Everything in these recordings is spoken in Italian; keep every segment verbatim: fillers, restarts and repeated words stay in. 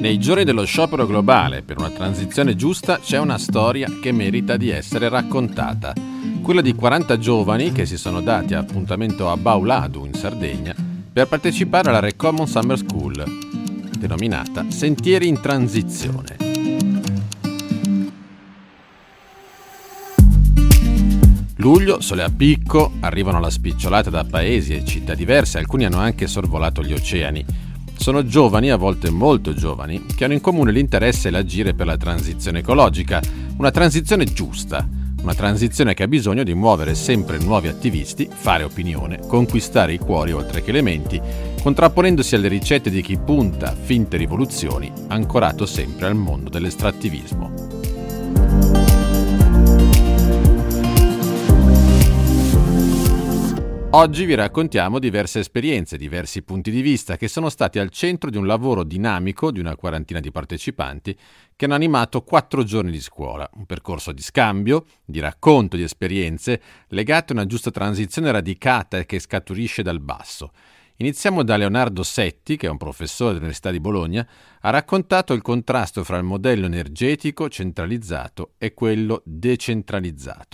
Nei giorni dello sciopero globale per una transizione giusta c'è una storia che merita di essere raccontata. Quella di quaranta giovani che si sono dati appuntamento a Bauladu, in Sardegna, per partecipare alla Recommon Summer School, denominata Sentieri in Transizione. Luglio, sole a picco, arrivano alla spicciolata da paesi e città diverse, alcuni hanno anche sorvolato gli oceani. Sono giovani, a volte molto giovani, che hanno in comune l'interesse e l'agire per la transizione ecologica, una transizione giusta, una transizione che ha bisogno di muovere sempre nuovi attivisti, fare opinione, conquistare i cuori oltre che le menti, contrapponendosi alle ricette di chi punta a finte rivoluzioni, ancorato sempre al mondo dell'estrattivismo. Oggi vi raccontiamo diverse esperienze, diversi punti di vista che sono stati al centro di un lavoro dinamico di una quarantina di partecipanti che hanno animato quattro giorni di scuola, un percorso di scambio, di racconto di esperienze legate a una giusta transizione radicata e che scaturisce dal basso. Iniziamo da Leonardo Setti, che è un professore dell'Università di Bologna, ha raccontato il contrasto fra il modello energetico centralizzato e quello decentralizzato.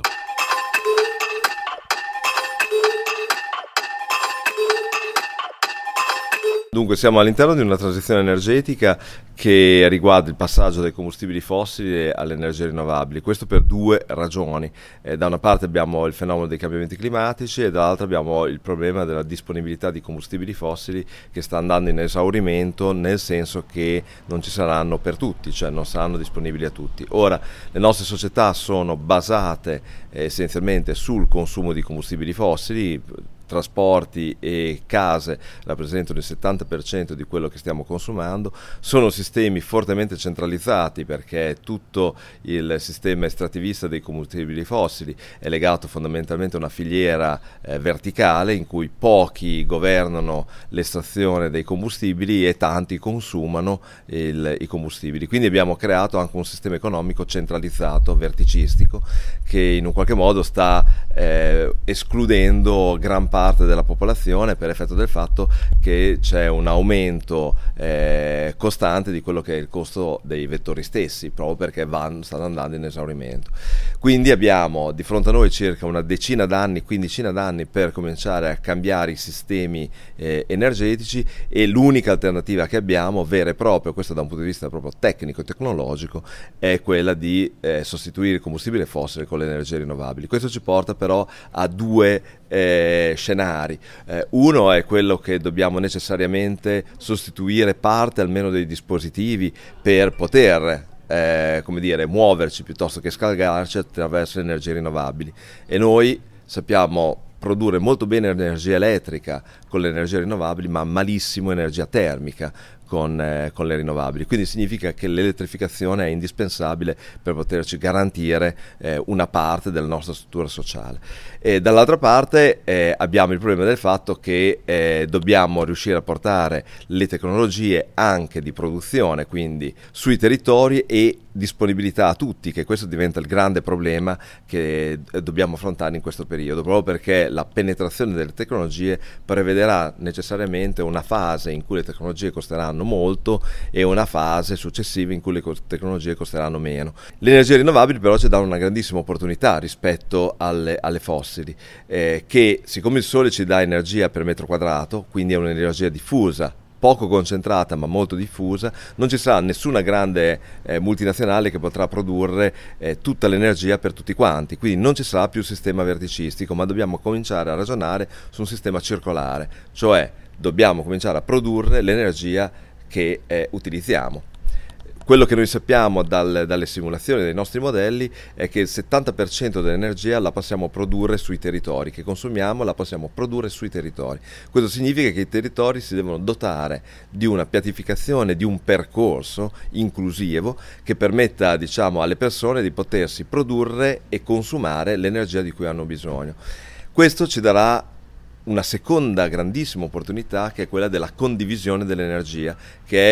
Dunque siamo all'interno di una transizione energetica che riguarda il passaggio dai combustibili fossili alle energie rinnovabili, questo per due ragioni. Eh, da una parte abbiamo il fenomeno dei cambiamenti climatici e dall'altra abbiamo il problema della disponibilità di combustibili fossili che sta andando in esaurimento, nel senso che non ci saranno per tutti, cioè non saranno disponibili a tutti. Ora, le nostre società sono basate eh, essenzialmente sul consumo di combustibili fossili. Trasporti e case rappresentano il settanta per cento di quello che stiamo consumando, sono sistemi fortemente centralizzati perché tutto il sistema estrattivista dei combustibili fossili è legato fondamentalmente a una filiera eh, verticale in cui pochi governano l'estrazione dei combustibili e tanti consumano il, i combustibili. Quindi abbiamo creato anche un sistema economico centralizzato, verticistico, che in un qualche modo sta eh, escludendo gran parte parte della popolazione per effetto del fatto che c'è un aumento eh, costante di quello che è il costo dei vettori stessi, proprio perché vanno, stanno andando in esaurimento. Quindi abbiamo di fronte a noi circa una decina d'anni, quindicina d'anni per cominciare a cambiare i sistemi eh, energetici e l'unica alternativa che abbiamo, vera e propria, questo da un punto di vista proprio tecnico e tecnologico, è quella di eh, sostituire il combustibile fossile con le energie rinnovabili. Questo ci porta però a due Eh, scenari. Eh, uno è quello che dobbiamo necessariamente sostituire parte almeno dei dispositivi per poter eh, come dire, muoverci piuttosto che scaldarci attraverso le energie rinnovabili, e noi sappiamo produrre molto bene energia elettrica con le energie rinnovabili ma malissimo energia termica con, eh, con le rinnovabili, quindi significa che l'elettrificazione è indispensabile per poterci garantire eh, una parte della nostra struttura sociale. E dall'altra parte eh, abbiamo il problema del fatto che eh, dobbiamo riuscire a portare le tecnologie anche di produzione, quindi sui territori, e disponibilità a tutti, che questo diventa il grande problema che dobbiamo affrontare in questo periodo, proprio perché la penetrazione delle tecnologie prevederà necessariamente una fase in cui le tecnologie costeranno molto e una fase successiva in cui le tecnologie costeranno meno. Le energie rinnovabili però ci danno una grandissima opportunità rispetto alle, alle fossili, eh, che siccome il sole ci dà energia per metro quadrato, quindi è un'energia diffusa, poco concentrata ma molto diffusa, non ci sarà nessuna grande eh, multinazionale che potrà produrre eh, tutta l'energia per tutti quanti, quindi non ci sarà più sistema verticistico, ma dobbiamo cominciare a ragionare su un sistema circolare, cioè dobbiamo cominciare a produrre l'energia che eh, utilizziamo. Quello che noi sappiamo dal, dalle simulazioni dei nostri modelli è che il settanta per cento dell'energia la possiamo produrre sui territori, che consumiamo la possiamo produrre sui territori. Questo significa che i territori si devono dotare di una pianificazione, di un percorso inclusivo che permetta, diciamo, alle persone di potersi produrre e consumare l'energia di cui hanno bisogno. Questo ci darà una seconda grandissima opportunità, che è quella della condivisione dell'energia, che è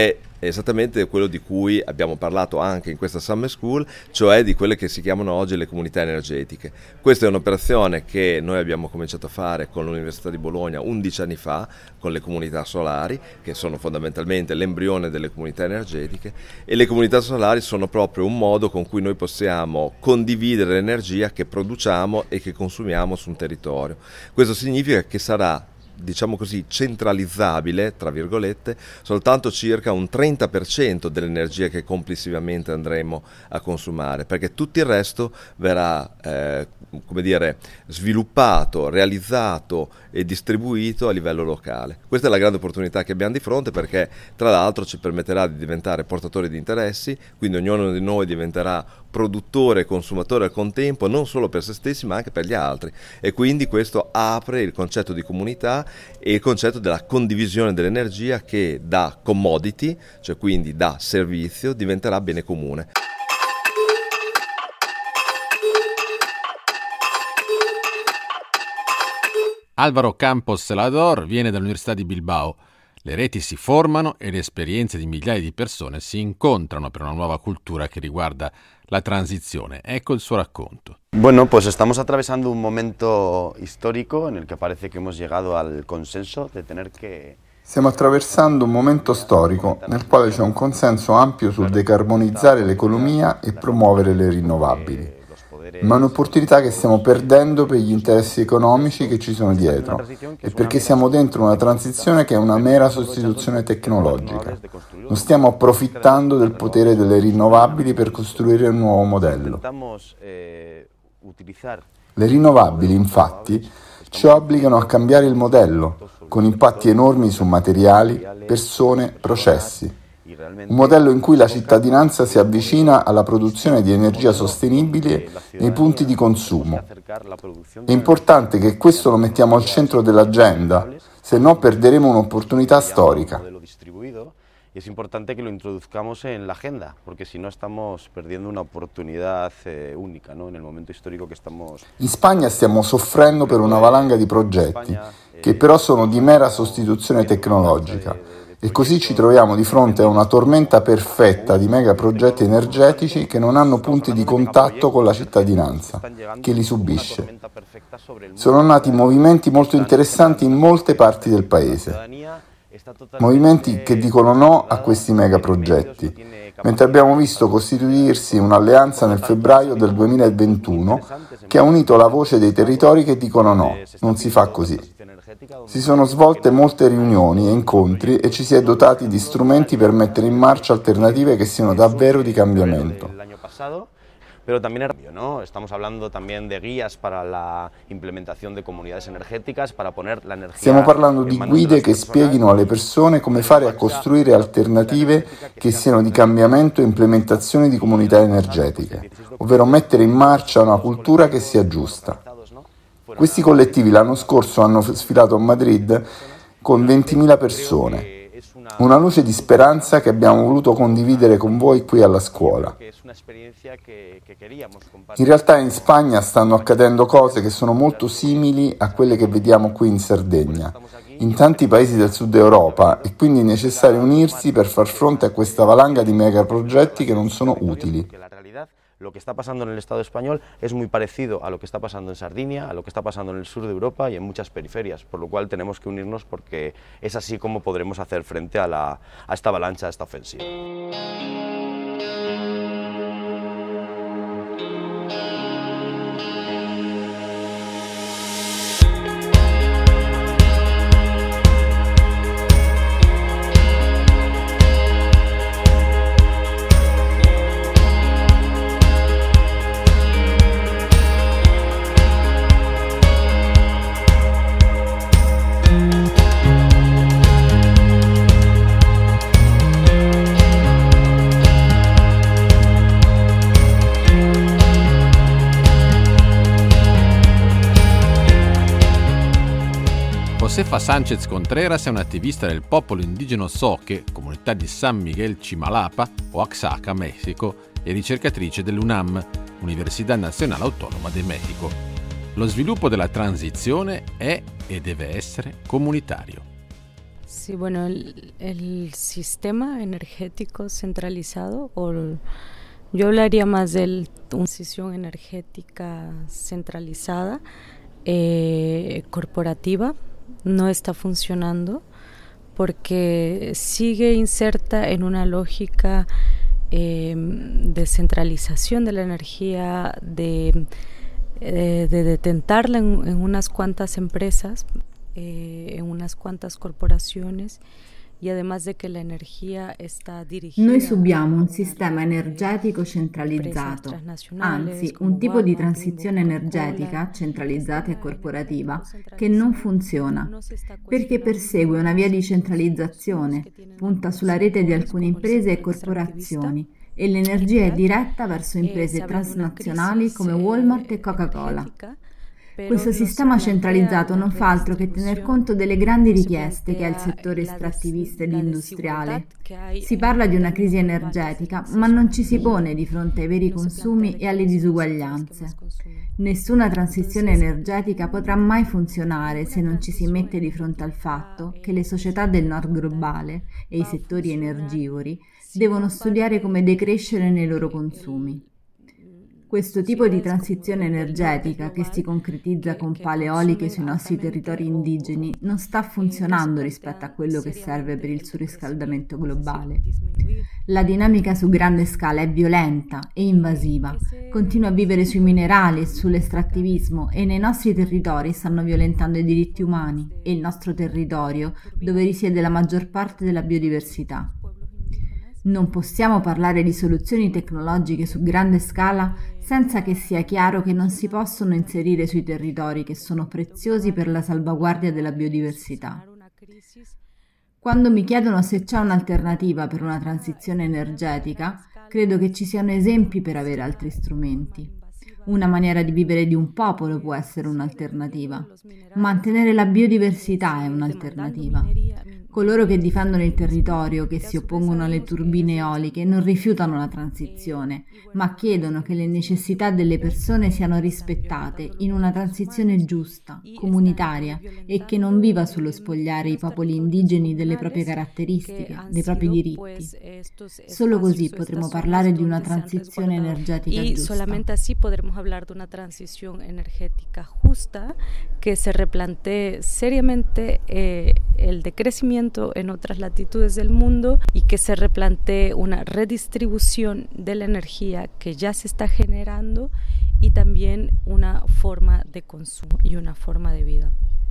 è esattamente quello di cui abbiamo parlato anche in questa Summer School, cioè di quelle che si chiamano oggi le comunità energetiche. Questa è un'operazione che noi abbiamo cominciato a fare con l'Università di Bologna undici anni fa, con le comunità solari, che sono fondamentalmente l'embrione delle comunità energetiche, e le comunità solari sono proprio un modo con cui noi possiamo condividere l'energia che produciamo e che consumiamo su un territorio. Questo significa che sarà, diciamo così, centralizzabile, tra virgolette, soltanto circa un trenta per cento dell'energia che complessivamente andremo a consumare, perché tutto il resto verrà eh, come dire, sviluppato, realizzato e distribuito a livello locale. Questa è la grande opportunità che abbiamo di fronte, perché tra l'altro ci permetterà di diventare portatori di interessi, quindi ognuno di noi diventerà produttore e consumatore al contempo, non solo per se stessi ma anche per gli altri, e quindi questo apre il concetto di comunità e il concetto della condivisione dell'energia, che da commodity, cioè quindi da servizio, diventerà bene comune. Álvaro Campos Celador viene dall'Università di Bilbao. Le reti si formano e le esperienze di migliaia di persone si incontrano per una nuova cultura che riguarda la transizione. Ecco il suo racconto. Bueno, pues estamos atravesando un momento histórico en el que parece que hemos llegado al consenso de tener que... Stiamo attraversando un momento storico nel quale c'è un consenso ampio sul decarbonizzare l'economia e promuovere le rinnovabili. Ma è un'opportunità che stiamo perdendo per gli interessi economici che ci sono dietro e perché siamo dentro una transizione che è una mera sostituzione tecnologica. Non stiamo approfittando del potere delle rinnovabili per costruire un nuovo modello. Le rinnovabili, infatti, ci obbligano a cambiare il modello, con impatti enormi su materiali, persone, processi. Un modello in cui la cittadinanza si avvicina alla produzione di energia sostenibile nei punti di consumo. È importante che questo lo mettiamo al centro dell'agenda, se no perderemo un'opportunità storica. Y es importante que lo introduzcamos en la agenda, porque si no estamos perdiendo una oportunidad eh, única, ¿no? En el momento histórico que estamos... In Spagna stiamo soffrendo per una valanga di progetti, che però sono di mera sostituzione tecnologica. E così ci troviamo di fronte a una tormenta perfetta di megaprogetti energetici che non hanno punti di contatto con la cittadinanza, che li subisce. Sono nati movimenti molto interessanti in molte parti del paese. Movimenti che dicono no a questi megaprogetti, mentre abbiamo visto costituirsi un'alleanza nel febbraio del duemilaventuno che ha unito la voce dei territori che dicono no, non si fa così. Si sono svolte molte riunioni e incontri e ci si è dotati di strumenti per mettere in marcia alternative che siano davvero di cambiamento. Pero también, ¿no? Estamos hablando también de guías para la implementación de comunidades energéticas para poner la energía. Stiamo parlando di guide che spieghino alle persone come fare a costruire alternative che siano di cambiamento e implementazione di comunità energetiche, ovvero mettere in marcia una cultura che sia giusta. Questi collettivi l'anno scorso hanno sfilato a Madrid con ventimila persone. Una luce di speranza che abbiamo voluto condividere con voi qui alla scuola. In realtà in Spagna stanno accadendo cose che sono molto simili a quelle che vediamo qui in Sardegna, in tanti paesi del sud Europa, e quindi è necessario unirsi per far fronte a questa valanga di megaprogetti che non sono utili. Lo que está pasando en el Estado español es muy parecido a lo que está pasando en Sardinia, a lo que está pasando en el sur de Europa y en muchas periferias, por lo cual tenemos que unirnos porque es así como podremos hacer frente a, la, a esta avalancha, a esta ofensiva. Josefa Sánchez Contreras è un'attivista del popolo indigeno Zoque, comunità di San Miguel Chimalapa, Oaxaca, Messico, e ricercatrice dell'U N A M, Università Nazionale Autonoma de México. Lo sviluppo della transizione è e deve essere comunitario. Sí, bueno, el, el sistema energético centralizado, o el, yo hablaría más de una transición energética centralizada, eh, corporativa, no está funcionando porque sigue inserta en una lógica eh, de centralización de la energía, de, eh, de detentarla en, en unas cuantas empresas, eh, en unas cuantas corporaciones, y además de che l'energia sta dirigida. Noi subiamo un sistema energetico centralizzato, anzi un tipo di transizione energetica centralizzata e corporativa che non funziona, perché persegue una via di centralizzazione, punta sulla rete di alcune imprese e corporazioni, e l'energia è diretta verso imprese transnazionali come Walmart e Coca-Cola. Questo sistema centralizzato non fa altro che tener conto delle grandi richieste che ha il settore estrattivista ed industriale. Si parla di una crisi energetica, ma non ci si pone di fronte ai veri consumi e alle disuguaglianze. Nessuna transizione energetica potrà mai funzionare se non ci si mette di fronte al fatto che le società del nord globale e i settori energivori devono studiare come decrescere nei loro consumi. Questo tipo di transizione energetica, che si concretizza con pale eoliche sui nostri territori indigeni, non sta funzionando rispetto a quello che serve per il surriscaldamento globale. La dinamica su grande scala è violenta e invasiva, continua a vivere sui minerali e sull'estrattivismo, e nei nostri territori stanno violentando i diritti umani e il nostro territorio, dove risiede la maggior parte della biodiversità. Non possiamo parlare di soluzioni tecnologiche su grande scala senza che sia chiaro che non si possono inserire sui territori che sono preziosi per la salvaguardia della biodiversità. Quando mi chiedono se c'è un'alternativa per una transizione energetica, credo che ci siano esempi per avere altri strumenti. Una maniera di vivere di un popolo può essere un'alternativa. Mantenere la biodiversità è un'alternativa. Coloro che difendono il territorio, che si oppongono alle turbine eoliche, non rifiutano la transizione, ma chiedono che le necessità delle persone siano rispettate in una transizione giusta, comunitaria, e che non viva sullo spogliare i popoli indigeni delle proprie caratteristiche, dei propri diritti. Solo così potremo parlare di una transizione energetica giusta. Y solamente así podremos hablar de una transición energética justa que se replantee seriamente eh, el decrecimiento en otras latitudes del mundo y que se replantee una redistribución de la energía que ya se está generando y también una forma de consumo y una forma de vida.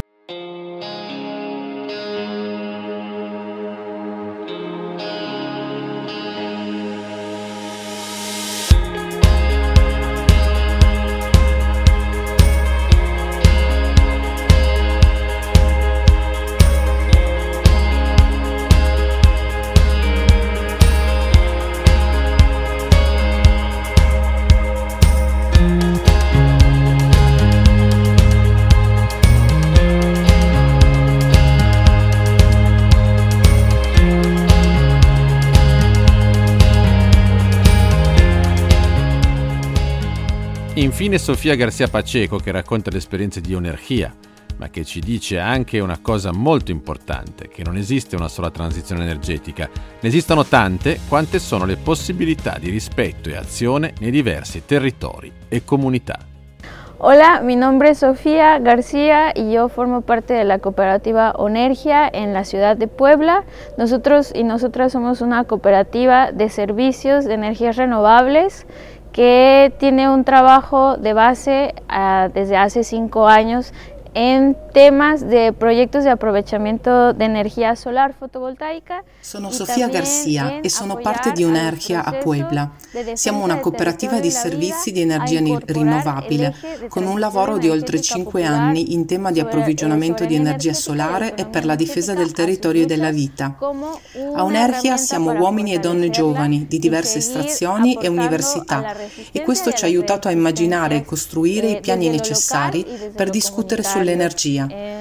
Infine Sofia García Pacheco, che racconta l'esperienza di Onergia, ma che ci dice anche una cosa molto importante, che non esiste una sola transizione energetica, ne esistono tante quante sono le possibilità di rispetto e azione nei diversi territori e comunità. Hola, mi nombre es Sofía García y yo formo parte de la cooperativa Onergia en la ciudad de Puebla. Nosotros y nosotras somos una cooperativa de servicios de energías renovables que tiene un trabajo de base uh, desde hace cinco años en temas de proyectos de aprovechamiento de energía solar fotovoltaica. Sono Sofia Garcia e sono parte di Onergia a Puebla. Siamo una cooperativa di servizi di energia rinnovabile con un lavoro di oltre cinque anni in tema di approvvigionamento di energia solare e per la difesa del territorio e della vita. A Onergia siamo uomini e donne giovani di diverse estrazioni e università, e questo ci ha aiutato a immaginare e costruire i piani necessari per discutere sull'energia.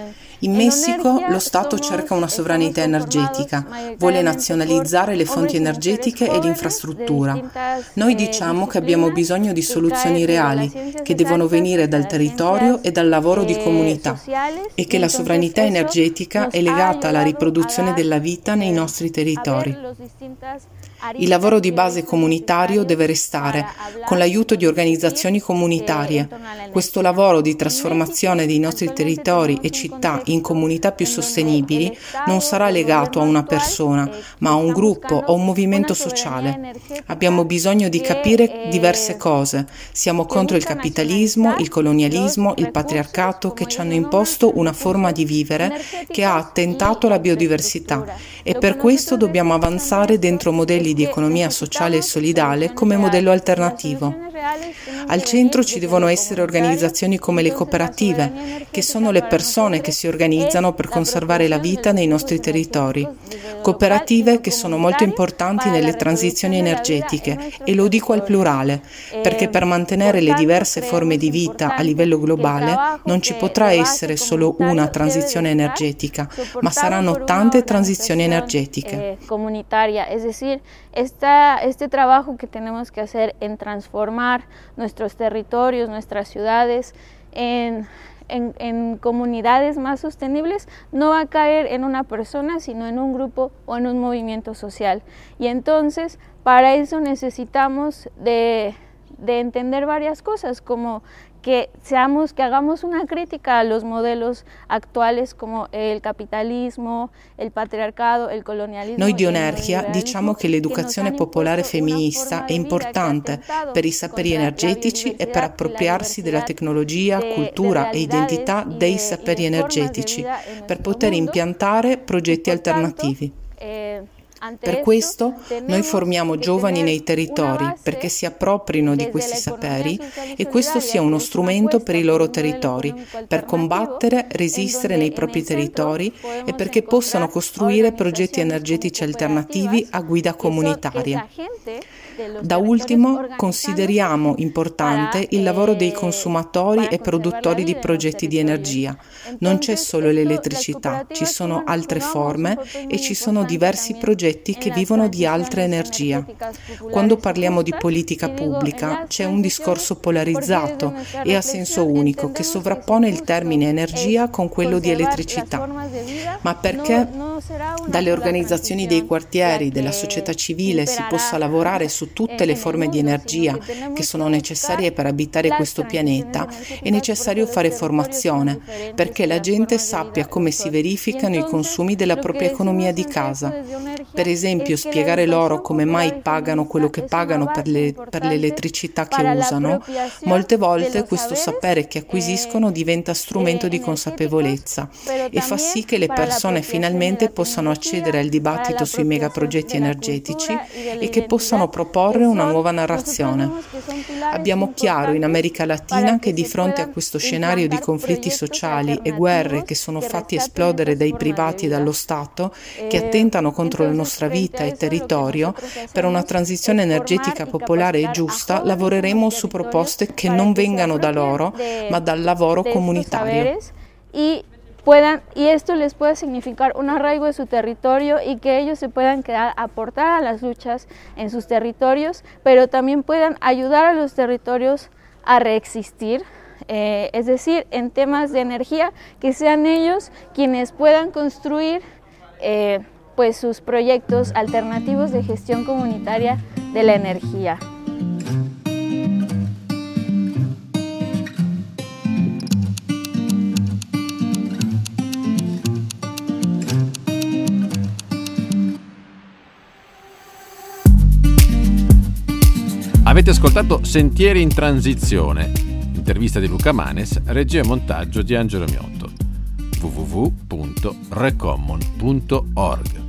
In Messico lo Stato cerca una sovranità energetica, vuole nazionalizzare le fonti energetiche e l'infrastruttura. Noi diciamo che abbiamo bisogno di soluzioni reali, che devono venire dal territorio e dal lavoro di comunità, e che la sovranità energetica è legata alla riproduzione della vita nei nostri territori. Il lavoro di base comunitario deve restare, con l'aiuto di organizzazioni comunitarie. Questo lavoro di trasformazione dei nostri territori e città in comunità più sostenibili non sarà legato a una persona, ma a un gruppo o un movimento sociale. Abbiamo bisogno di capire diverse cose. Siamo contro il capitalismo, il colonialismo, il patriarcato che ci hanno imposto una forma di vivere che ha attentato alla biodiversità, e per questo dobbiamo avanzare dentro modelli di economia sociale e solidale come modello alternativo. Al centro ci devono essere organizzazioni come le cooperative, che sono le persone che si organizzano per conservare la vita nei nostri territori. Cooperative che sono molto importanti nelle transizioni energetiche, e lo dico al plurale, perché per mantenere le diverse forme di vita a livello globale non ci potrà essere solo una transizione energetica, ma saranno tante transizioni energetiche. Comunitaria, es decir, esta, este trabajo que tenemos que hacer en transformar nuestros territorios, nuestras ciudades en, en, en comunidades más sostenibles, no va a caer en una persona, sino en un grupo o en un movimiento social. Y entonces, para eso necesitamos de, de entender varias cosas, como que seamos, que hagamos una crítica a los modelos actuales como el capitalismo, il patriarcato, il colonialismo. Noi di Onergia diciamo che l'educazione popolare femminista è importante per i saperi energetici e per appropriarsi della tecnologia, cultura e identità dei saperi energetici, per poter impiantare progetti alternativi. Per questo noi formiamo giovani nei territori perché si approprino di questi saperi e questo sia uno strumento per i loro territori, per combattere, resistere nei propri territori e perché possano costruire progetti energetici alternativi a guida comunitaria. Da ultimo, consideriamo importante il lavoro dei consumatori e produttori di progetti di energia. Non c'è solo l'elettricità, ci sono altre forme e ci sono diversi progetti che vivono di altra energia. Quando parliamo di politica pubblica c'è un discorso polarizzato e a senso unico che sovrappone il termine energia con quello di elettricità. Ma perché dalle organizzazioni dei quartieri, della società civile si possa lavorare su tutte le forme di energia che sono necessarie per abitare questo pianeta, è necessario fare formazione, perché la gente sappia come si verificano i consumi della propria economia di casa. Per esempio, spiegare loro come mai pagano quello che pagano per, le, per l'elettricità che usano. Molte volte questo sapere che acquisiscono diventa strumento di consapevolezza e fa sì che le persone finalmente possano accedere al dibattito sui megaprogetti energetici e che possano proporre una nuova narrazione. Abbiamo chiaro in America Latina che di fronte a questo scenario di conflitti sociali e guerre che sono fatti esplodere dai privati e dallo Stato, che attentano contro la nostra vita e territorio, per una transizione energetica popolare e giusta lavoreremo su proposte che non vengano da loro, ma dal lavoro comunitario. Puedan, y esto les puede significar un arraigo de su territorio y que ellos se puedan quedar, aportar a las luchas en sus territorios, pero también puedan ayudar a los territorios a reexistir, eh, es decir, en temas de energía, que sean ellos quienes puedan construir eh, pues sus proyectos alternativos de gestión comunitaria de la energía. Avete ascoltato Sentieri in transizione, intervista di Luca Manes, regia e montaggio di Angelo Miotto. w w w punto recommon punto org